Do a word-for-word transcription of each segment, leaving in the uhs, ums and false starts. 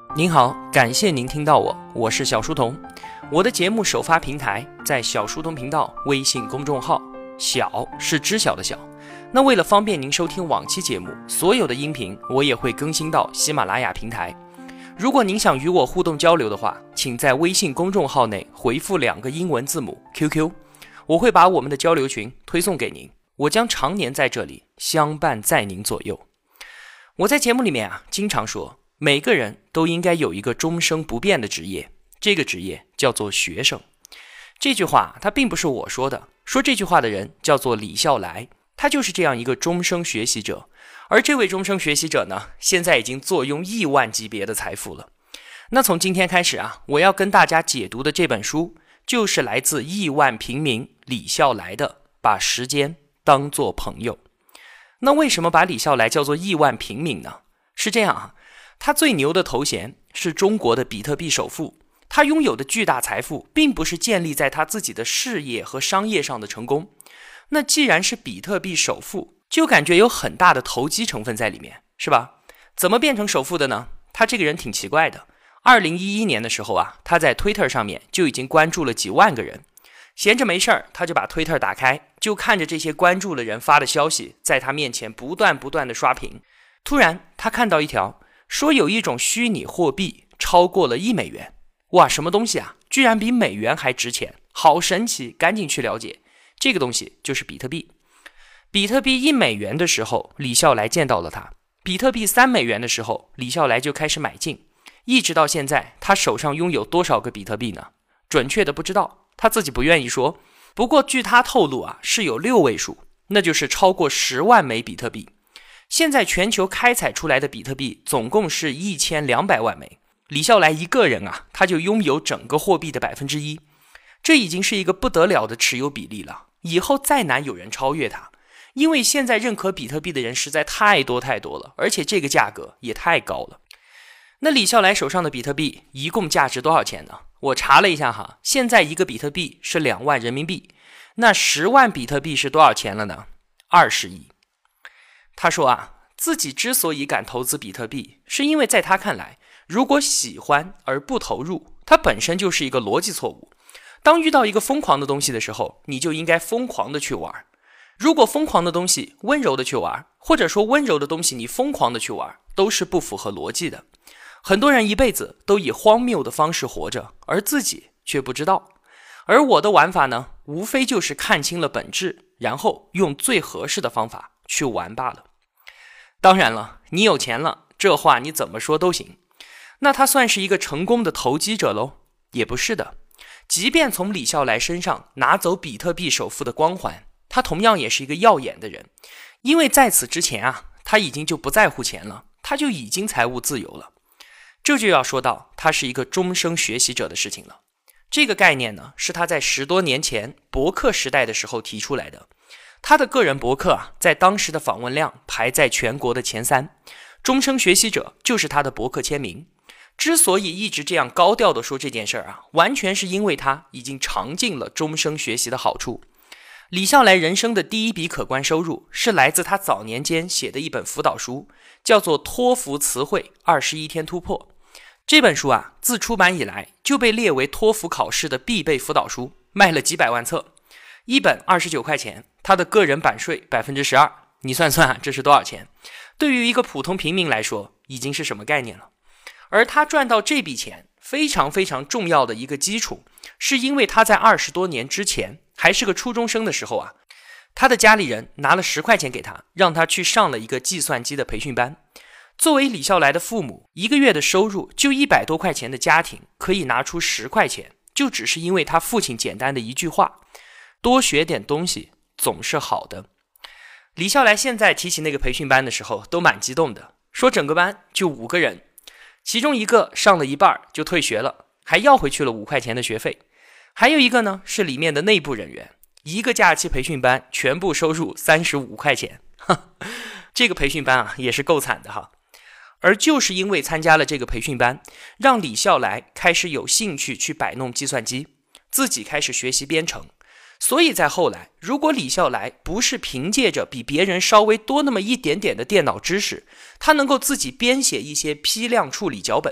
您好，感谢您听到我，我是小书童。我的节目首发平台在小书童频道微信公众号，小是知晓的小。那为了方便您收听往期节目，所有的音频我也会更新到喜马拉雅平台。如果您想与我互动交流的话，请在微信公众号内回复两个英文字母 Q Q， 我会把我们的交流群推送给您，我将常年在这里相伴在您左右。我在节目里面啊，经常说每个人都应该有一个终生不变的职业，这个职业叫做学生。这句话它并不是我说的，说这句话的人叫做李笑来，他就是这样一个终生学习者。而这位终生学习者呢，现在已经坐拥亿万级别的财富了。那从今天开始啊，我要跟大家解读的这本书，就是来自亿万平民李笑来的《把时间当作朋友》。那为什么把李笑来叫做亿万平民呢？是这样啊，他最牛的头衔是中国的比特币首富，他拥有的巨大财富并不是建立在他自己的事业和商业上的成功。那既然是比特币首富，就感觉有很大的投机成分在里面，是吧？怎么变成首富的呢？他这个人挺奇怪的。二零一一年的时候啊，他在 Twitter 上面就已经关注了几万个人。闲着没事儿，他就把 Twitter 打开，就看着这些关注的人发的消息在他面前不断不断的刷屏。突然他看到一条说有一种虚拟货币超过了一美元。哇，什么东西啊？居然比美元还值钱，好神奇，赶紧去了解。这个东西就是比特币。比特币一美元的时候，李笑来见到了它。比特币三美元的时候，李笑来就开始买进。一直到现在，他手上拥有多少个比特币呢？准确的不知道，他自己不愿意说。不过据他透露啊，是有六位数，那就是超过十万枚比特币。现在全球开采出来的比特币总共是一千两百万枚。李笑来一个人啊，他就拥有整个货币的百分之一，这已经是一个不得了的持有比例了。以后再难有人超越他，因为现在认可比特币的人实在太多太多了，而且这个价格也太高了。那李笑来手上的比特币一共价值多少钱呢？我查了一下哈，现在一个比特币是两万人民币，那十万比特币是多少钱了呢？二十亿。他说啊，自己之所以敢投资比特币，是因为在他看来，如果喜欢而不投入，它本身就是一个逻辑错误。当遇到一个疯狂的东西的时候，你就应该疯狂的去玩。如果疯狂的东西温柔的去玩，或者说温柔的东西你疯狂的去玩，都是不符合逻辑的。很多人一辈子都以荒谬的方式活着，而自己却不知道。而我的玩法呢，无非就是看清了本质，然后用最合适的方法去玩罢了。当然了，你有钱了，这话你怎么说都行。那他算是一个成功的投机者喽？也不是的。即便从李笑来身上拿走比特币首富的光环，他同样也是一个耀眼的人。因为在此之前啊，他已经就不在乎钱了，他就已经财务自由了。这就要说到他是一个终生学习者的事情了。这个概念呢，是他在十多年前博客时代的时候提出来的。他的个人博客啊，在当时的访问量排在全国的前三，终生学习者就是他的博客签名。之所以一直这样高调的说这件事儿啊，完全是因为他已经尝尽了终生学习的好处。李笑来人生的第一笔可观收入是来自他早年间写的一本辅导书，叫做《托福词汇二十一天突破》。这本书啊，自出版以来就被列为托福考试的必备辅导书，卖了几百万册，一本二十九块钱，他的个人版税 百分之十二， 你算算啊，这是多少钱？对于一个普通平民来说，已经是什么概念了？而他赚到这笔钱非常非常重要的一个基础，是因为他在二十多年之前还是个初中生的时候啊，他的家里人拿了十块钱给他，让他去上了一个计算机的培训班。作为李笑来的父母，一个月的收入就一百多块钱的家庭可以拿出十块钱，就只是因为他父亲简单的一句话：多学点东西总是好的。李笑来现在提起那个培训班的时候都蛮激动的，说整个班就五个人，其中一个上了一半就退学了，还要回去了五块钱的学费。还有一个呢，是里面的内部人员，一个假期培训班全部收入三十五块钱。这个培训班啊，也是够惨的哈。而就是因为参加了这个培训班，让李笑来开始有兴趣去摆弄计算机，自己开始学习编程。所以在后来，如果李笑来不是凭借着比别人稍微多那么一点点的电脑知识，他能够自己编写一些批量处理脚本，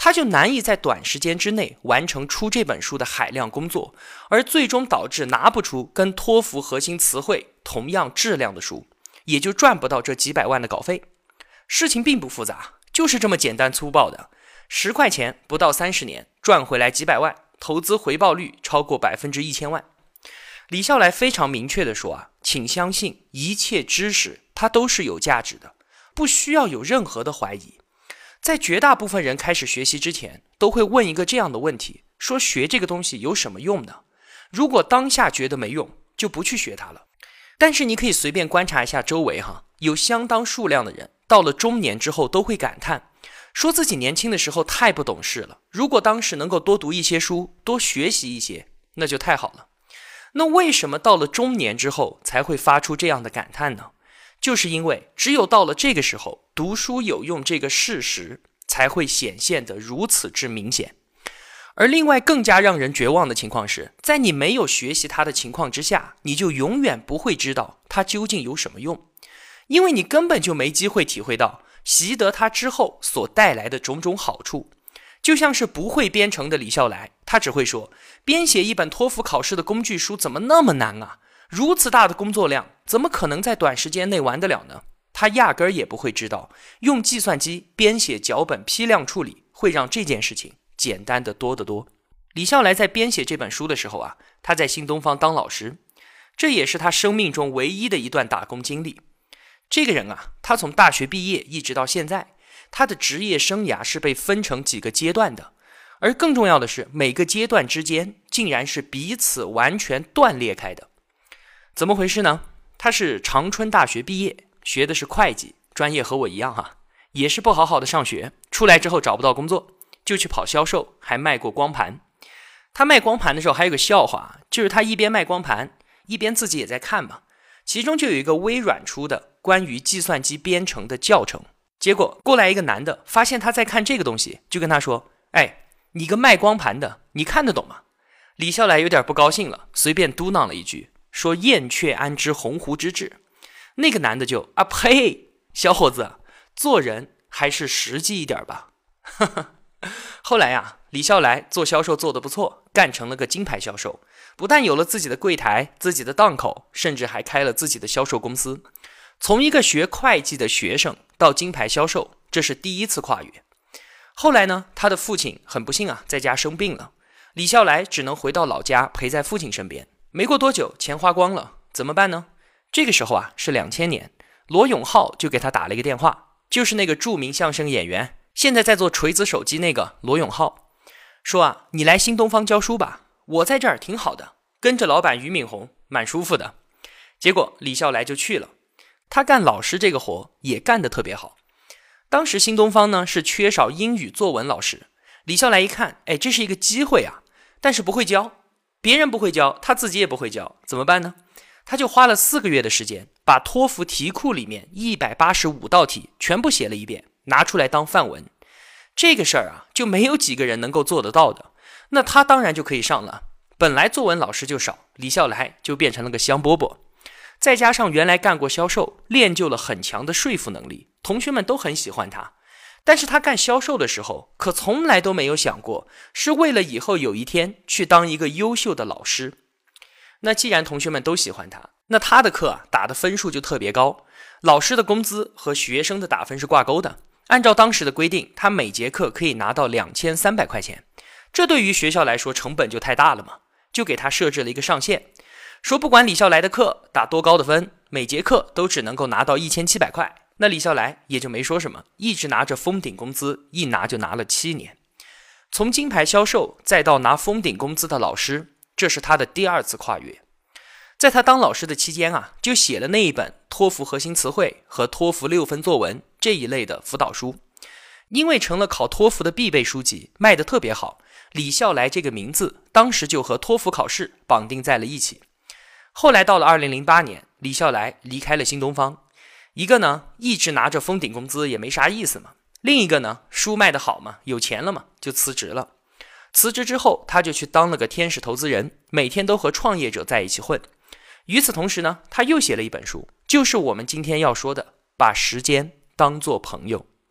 他就难以在短时间之内完成出这本书的海量工作，而最终导致拿不出跟托福核心词汇同样质量的书，也就赚不到这几百万的稿费。事情并不复杂，就是这么简单粗暴的，十块钱不到三十年赚回来几百万，投资回报率超过百分之一千万。李笑来非常明确地说啊，请相信一切知识它都是有价值的，不需要有任何的怀疑。在绝大部分人开始学习之前，都会问一个这样的问题，说学这个东西有什么用呢？如果当下觉得没用，就不去学它了。但是你可以随便观察一下周围哈，有相当数量的人到了中年之后都会感叹，说自己年轻的时候太不懂事了，如果当时能够多读一些书，多学习一些，那就太好了。那为什么到了中年之后才会发出这样的感叹呢？就是因为只有到了这个时候，读书有用这个事实才会显现得如此之明显。而另外更加让人绝望的情况是，在你没有学习它的情况之下，你就永远不会知道它究竟有什么用，因为你根本就没机会体会到习得它之后所带来的种种好处。就像是不会编程的李笑来，他只会说，编写一本托福考试的工具书怎么那么难啊？如此大的工作量，怎么可能在短时间内完得了呢？他压根儿也不会知道，用计算机编写脚本批量处理会让这件事情简单得多得多。李笑来在编写这本书的时候啊，他在新东方当老师，这也是他生命中唯一的一段打工经历。这个人啊，他从大学毕业一直到现在，他的职业生涯是被分成几个阶段的，而更重要的是，每个阶段之间竟然是彼此完全断裂开的。怎么回事呢？他是长春大学毕业，学的是会计，专业和我一样哈，也是不好好的上学，出来之后找不到工作，就去跑销售，还卖过光盘。他卖光盘的时候还有个笑话，就是他一边卖光盘，一边自己也在看嘛。其中就有一个微软出的关于计算机编程的教程，结果过来一个男的，发现他在看这个东西，就跟他说，哎，你个卖光盘的，你看得懂吗？李笑来有点不高兴了，随便嘟囔了一句，说燕雀安知鸿鹄之志。那个男的就啊呸，小伙子，做人还是实际一点吧。后来啊，李笑来做销售做得不错，干成了个金牌销售，不但有了自己的柜台、自己的档口，甚至还开了自己的销售公司。从一个学会计的学生到金牌销售，这是第一次跨越。后来呢，他的父亲很不幸啊，在家生病了，李笑来只能回到老家陪在父亲身边。没过多久，钱花光了，怎么办呢？这个时候啊，是两千年，罗永浩就给他打了一个电话，就是那个著名相声演员，现在在做锤子手机那个罗永浩，说啊，你来新东方教书吧，我在这儿挺好的，跟着老板俞敏洪蛮舒服的。结果李笑来就去了，他干老师这个活也干得特别好。当时新东方呢是缺少英语作文老师，李笑来一看，哎，这是一个机会啊，但是不会教，别人不会教，他自己也不会教，怎么办呢？他就花了四个月的时间，把托福题库里面一百八十五道题全部写了一遍，拿出来当范文。这个事儿啊，就没有几个人能够做得到的，那他当然就可以上了。本来作文老师就少，李笑来就变成了个香饽饽，再加上原来干过销售，练就了很强的说服能力，同学们都很喜欢他。但是他干销售的时候，可从来都没有想过是为了以后有一天去当一个优秀的老师。那既然同学们都喜欢他，那他的课啊打的分数就特别高，老师的工资和学生的打分是挂钩的。按照当时的规定，他每节课可以拿到两千三百块钱，这对于学校来说成本就太大了嘛，就给他设置了一个上限，说不管李笑来的课打多高的分，每节课都只能够拿到一千七百块。那李笑来也就没说什么，一直拿着封顶工资，一拿就拿了七年。从金牌销售再到拿封顶工资的老师，这是他的第二次跨越。在他当老师的期间啊，就写了那一本托福核心词汇和托福六分作文这一类的辅导书。因为成了考托福的必备书籍，卖得特别好，李笑来这个名字当时就和托福考试绑定在了一起。后来到了二零零八年，李笑来离开了新东方，一个呢一直拿着封顶工资也没啥意思嘛，另一个呢书卖得好嘛，有钱了嘛，就辞职了。辞职之后，他就去当了个天使投资人，每天都和创业者在一起混。与此同时呢，他又写了一本书，就是我们今天要说的把时间当作朋友。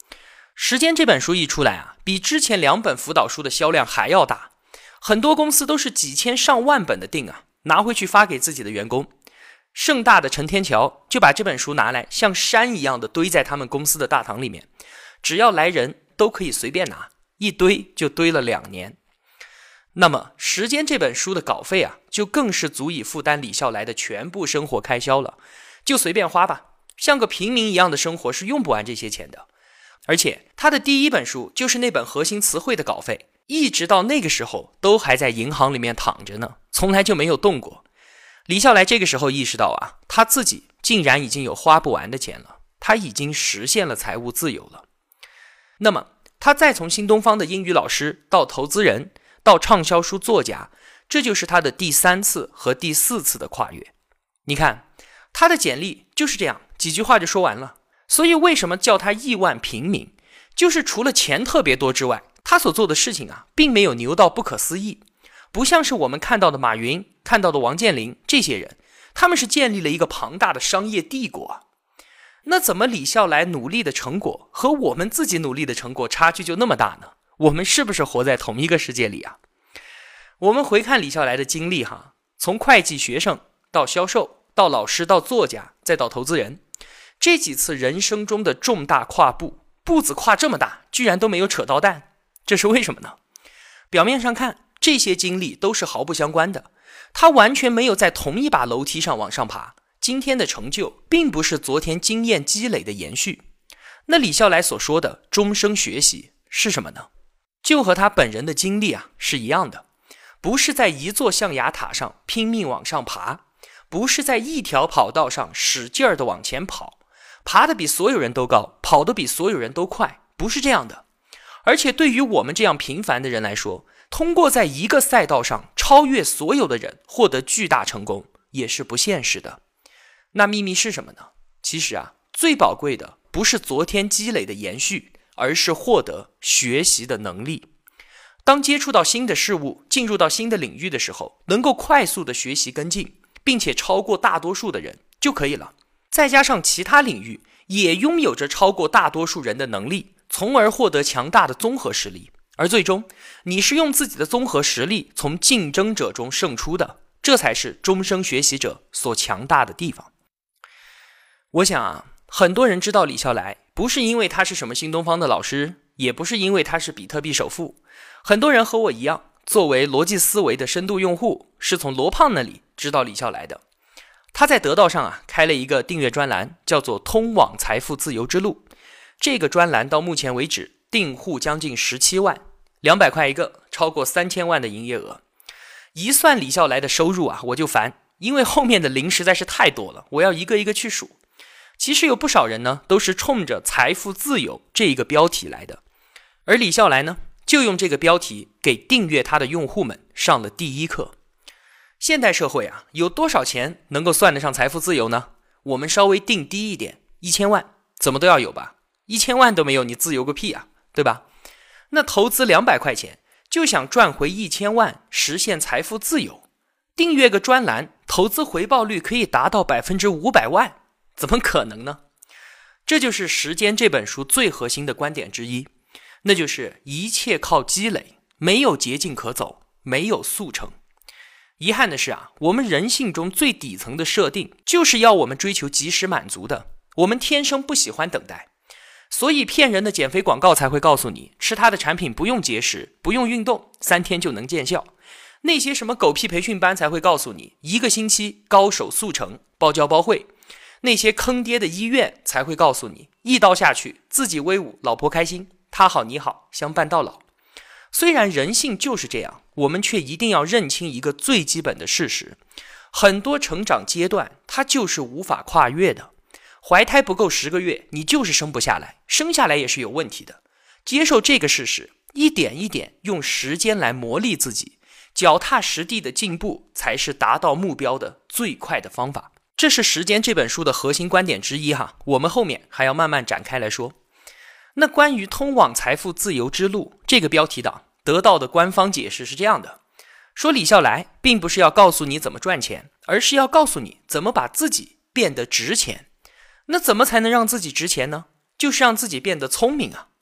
时间这本书一出来啊，比之前两本辅导书的销量还要大，很多公司都是几千上万本的订啊，拿回去发给自己的员工。盛大的陈天桥就把这本书拿来像山一样的堆在他们公司的大堂里面，只要来人都可以随便拿，一堆就堆了两年。那么时间这本书的稿费啊，就更是足以负担李笑来的全部生活开销了，就随便花吧，像个平民一样的生活是用不完这些钱的。而且他的第一本书就是那本核心词汇的稿费，一直到那个时候都还在银行里面躺着呢，从来就没有动过。李笑来这个时候意识到啊，他自己竟然已经有花不完的钱了，他已经实现了财务自由了。那么他再从新东方的英语老师到投资人到畅销书作家，这就是他的第三次和第四次的跨越。你看他的简历就是这样，几句话就说完了。所以为什么叫他亿万平民，就是除了钱特别多之外，他所做的事情啊，并没有牛到不可思议。不像是我们看到的马云，看到的王健林这些人，他们是建立了一个庞大的商业帝国啊。那怎么李笑来努力的成果和我们自己努力的成果差距就那么大呢？我们是不是活在同一个世界里啊？我们回看李笑来的经历哈，从会计学生到销售，到老师，到作家，再到投资人，这几次人生中的重大跨步，步子跨这么大，居然都没有扯到蛋，这是为什么呢？表面上看，这些经历都是毫不相关的，他完全没有在同一把楼梯上往上爬，今天的成就并不是昨天经验积累的延续。那李笑来所说的终生学习是什么呢？就和他本人的经历啊是一样的，不是在一座象牙塔上拼命往上爬，不是在一条跑道上使劲儿的往前跑，爬得比所有人都高，跑得比所有人都快，不是这样的。而且对于我们这样平凡的人来说，通过在一个赛道上超越所有的人，获得巨大成功，也是不现实的。那秘密是什么呢？其实啊，最宝贵的不是昨天积累的延续，而是获得学习的能力。当接触到新的事物，进入到新的领域的时候，能够快速的学习跟进，并且超过大多数的人就可以了。再加上其他领域也拥有着超过大多数人的能力，从而获得强大的综合实力。而最终你是用自己的综合实力从竞争者中胜出的，这才是终生学习者所强大的地方。我想啊，很多人知道李笑来，不是因为他是什么新东方的老师，也不是因为他是比特币首富。很多人和我一样，作为逻辑思维的深度用户，是从罗胖那里知道李笑来的。他在得到上啊开了一个订阅专栏，叫做通往财富自由之路。这个专栏到目前为止订户将近十七万，两百块一个，超过三千万的营业额。一算李笑来的收入啊，我就烦，因为后面的零实在是太多了，我要一个一个去数。其实有不少人呢，都是冲着财富自由这一个标题来的，而李笑来呢，就用这个标题给订阅他的用户们上了第一课。现代社会啊，有多少钱能够算得上财富自由呢？我们稍微定低一点，一千万怎么都要有吧？一千万都没有，你自由个屁啊，对吧？那投资两百块钱就想赚回一千万，实现财富自由，订阅个专栏，投资回报率可以达到百分之五百万，怎么可能呢？这就是《时间》这本书最核心的观点之一，那就是一切靠积累，没有捷径可走，没有速成。遗憾的是啊，我们人性中最底层的设定就是要我们追求及时满足的，我们天生不喜欢等待。所以骗人的减肥广告才会告诉你，吃他的产品不用节食，不用运动，三天就能见效。那些什么狗屁培训班才会告诉你，一个星期高手速成，包教包会。那些坑爹的医院才会告诉你，一刀下去，自己威武，老婆开心，他好你好，相伴到老。虽然人性就是这样，我们却一定要认清一个最基本的事实，很多成长阶段它就是无法跨越的。怀胎不够十个月，你就是生不下来，生下来也是有问题的。接受这个事实，一点一点用时间来磨砺自己，脚踏实地的进步才是达到目标的最快的方法。这是《时间》这本书的核心观点之一哈，我们后面还要慢慢展开来说。那关于通往财富自由之路这个标题党得到的官方解释是这样的，说李笑来并不是要告诉你怎么赚钱，而是要告诉你怎么把自己变得值钱。那怎么才能让自己值钱呢？就是让自己变得聪明啊。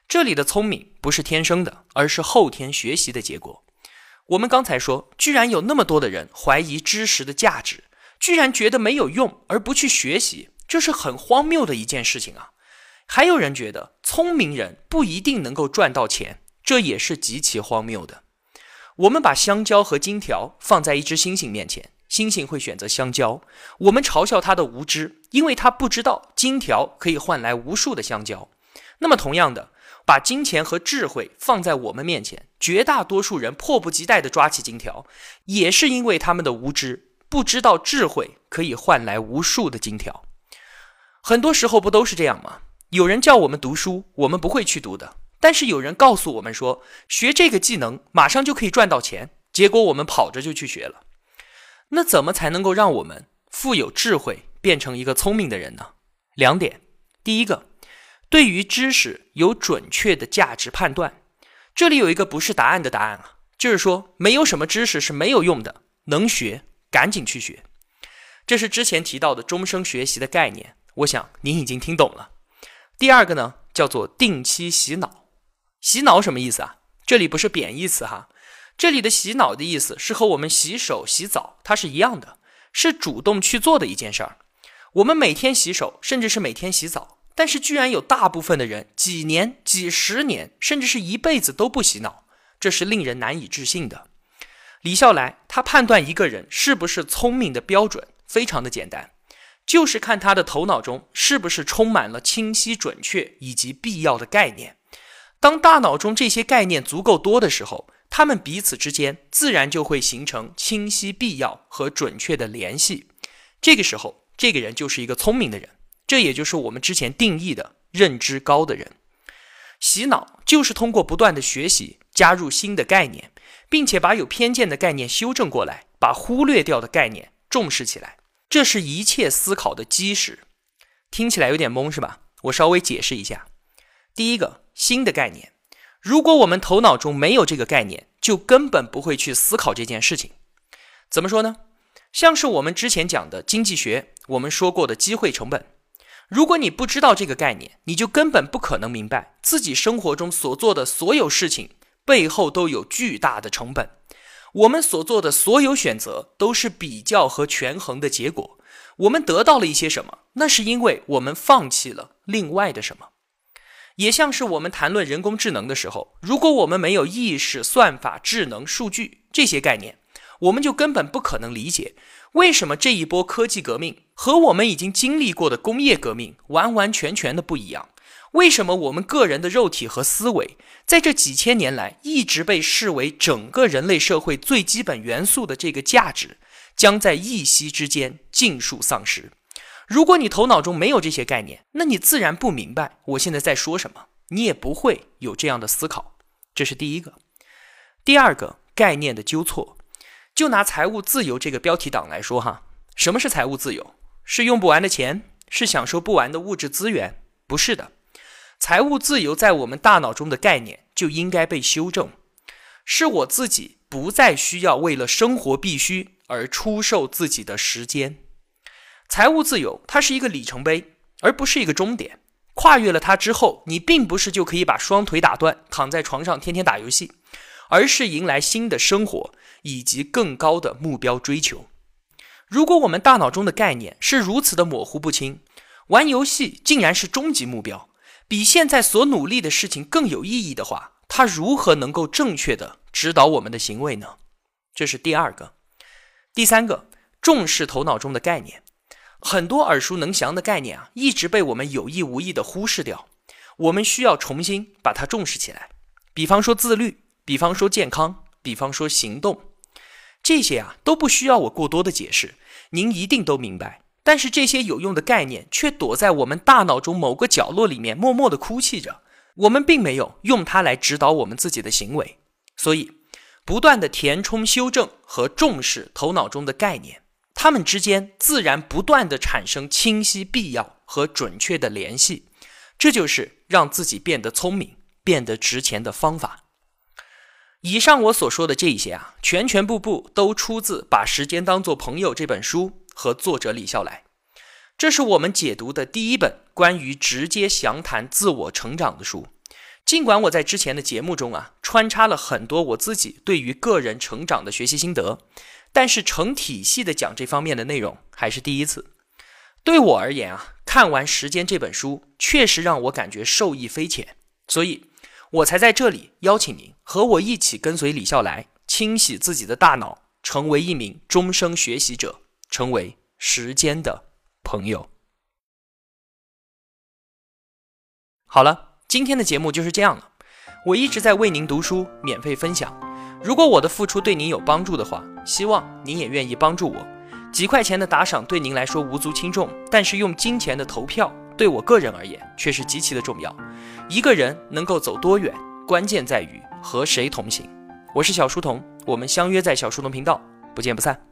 这里的聪明不是天生的，而是后天学习的结果。我们刚才说，居然有那么多的人怀疑知识的价值，居然觉得没有用而不去学习，这是很荒谬的一件事情啊。还有人觉得聪明人不一定能够赚到钱，这也是极其荒谬的。我们把香蕉和金条放在一只猩猩面前，猩猩会选择香蕉，我们嘲笑他的无知，因为他不知道金条可以换来无数的香蕉。那么同样的，把金钱和智慧放在我们面前，绝大多数人迫不及待地抓起金条，也是因为他们的无知，不知道智慧可以换来无数的金条。很多时候不都是这样吗？有人叫我们读书，我们不会去读的，但是有人告诉我们说，学这个技能马上就可以赚到钱，结果我们跑着就去学了。那怎么才能够让我们富有智慧，变成一个聪明的人呢？两点，第一个，对于知识有准确的价值判断。这里有一个不是答案的答案啊，就是说没有什么知识是没有用的，能学赶紧去学。这是之前提到的终生学习的概念，我想您已经听懂了。第二个呢，叫做定期洗脑。洗脑什么意思啊？这里不是贬义词哈，这里的洗脑的意思是和我们洗手洗澡它是一样的，是主动去做的一件事儿。我们每天洗手，甚至是每天洗澡，但是居然有大部分的人几年、几十年，甚至是一辈子都不洗脑，这是令人难以置信的。李笑来他判断一个人是不是聪明的标准非常的简单，就是看他的头脑中是不是充满了清晰、准确以及必要的概念。当大脑中这些概念足够多的时候，他们彼此之间自然就会形成清晰、必要和准确的联系。这个时候，这个人就是一个聪明的人，这也就是我们之前定义的认知高的人。洗脑就是通过不断的学习，加入新的概念，并且把有偏见的概念修正过来，把忽略掉的概念重视起来。这是一切思考的基石。听起来有点懵是吧？我稍微解释一下。第一个，新的概念。如果我们头脑中没有这个概念，就根本不会去思考这件事情。怎么说呢？像是我们之前讲的经济学，我们说过的机会成本。如果你不知道这个概念，你就根本不可能明白自己生活中所做的所有事情背后都有巨大的成本。我们所做的所有选择都是比较和权衡的结果。我们得到了一些什么，那是因为我们放弃了另外的什么。也像是我们谈论人工智能的时候，如果我们没有意识、算法、智能、数据这些概念，我们就根本不可能理解为什么这一波科技革命和我们已经经历过的工业革命完完全全的不一样。为什么我们个人的肉体和思维在这几千年来一直被视为整个人类社会最基本元素的这个价值将在一夕之间尽数丧失。如果你头脑中没有这些概念，那你自然不明白我现在在说什么，你也不会有这样的思考。这是第一个。第二个，概念的纠错。就拿财务自由这个标题党来说哈，什么是财务自由？是用不完的钱？是享受不完的物质资源？不是的。财务自由在我们大脑中的概念就应该被修正，是我自己不再需要为了生活必须而出售自己的时间。财务自由它是一个里程碑，而不是一个终点。跨越了它之后，你并不是就可以把双腿打断，躺在床上天天打游戏，而是迎来新的生活以及更高的目标追求。如果我们大脑中的概念是如此的模糊不清，玩游戏竟然是终极目标，比现在所努力的事情更有意义的话，它如何能够正确的指导我们的行为呢？这是第二个。第三个，重视头脑中的概念。很多耳熟能详的概念啊，一直被我们有意无意的忽视掉，我们需要重新把它重视起来。比方说自律，比方说健康，比方说行动，这些啊都不需要我过多的解释，您一定都明白。但是这些有用的概念却躲在我们大脑中某个角落里面默默地哭泣着，我们并没有用它来指导我们自己的行为。所以不断的填充、修正和重视头脑中的概念，它们之间自然不断的产生清晰、必要和准确的联系，这就是让自己变得聪明、变得值钱的方法。以上我所说的这一些啊，全全部部都出自《把时间当作朋友》这本书和作者李笑来。这是我们解读的第一本关于直接详谈自我成长的书。 尽管我在之前的节目中啊，穿插了很多我自己对于个人成长的学习心得，但是成体系的讲这方面的内容还是第一次。对我而言啊，看完《时间》这本书，确实让我感觉受益匪浅，所以我才在这里邀请您和我一起跟随李笑来，清洗自己的大脑，成为一名终生学习者，成为时间的朋友。好了，今天的节目就是这样了。我一直在为您读书，免费分享。如果我的付出对您有帮助的话，希望您也愿意帮助我。几块钱的打赏对您来说无足轻重，但是用金钱的投票对我个人而言却是极其的重要。一个人能够走多远，关键在于和谁同行。我是小书童，我们相约在小书童频道，不见不散。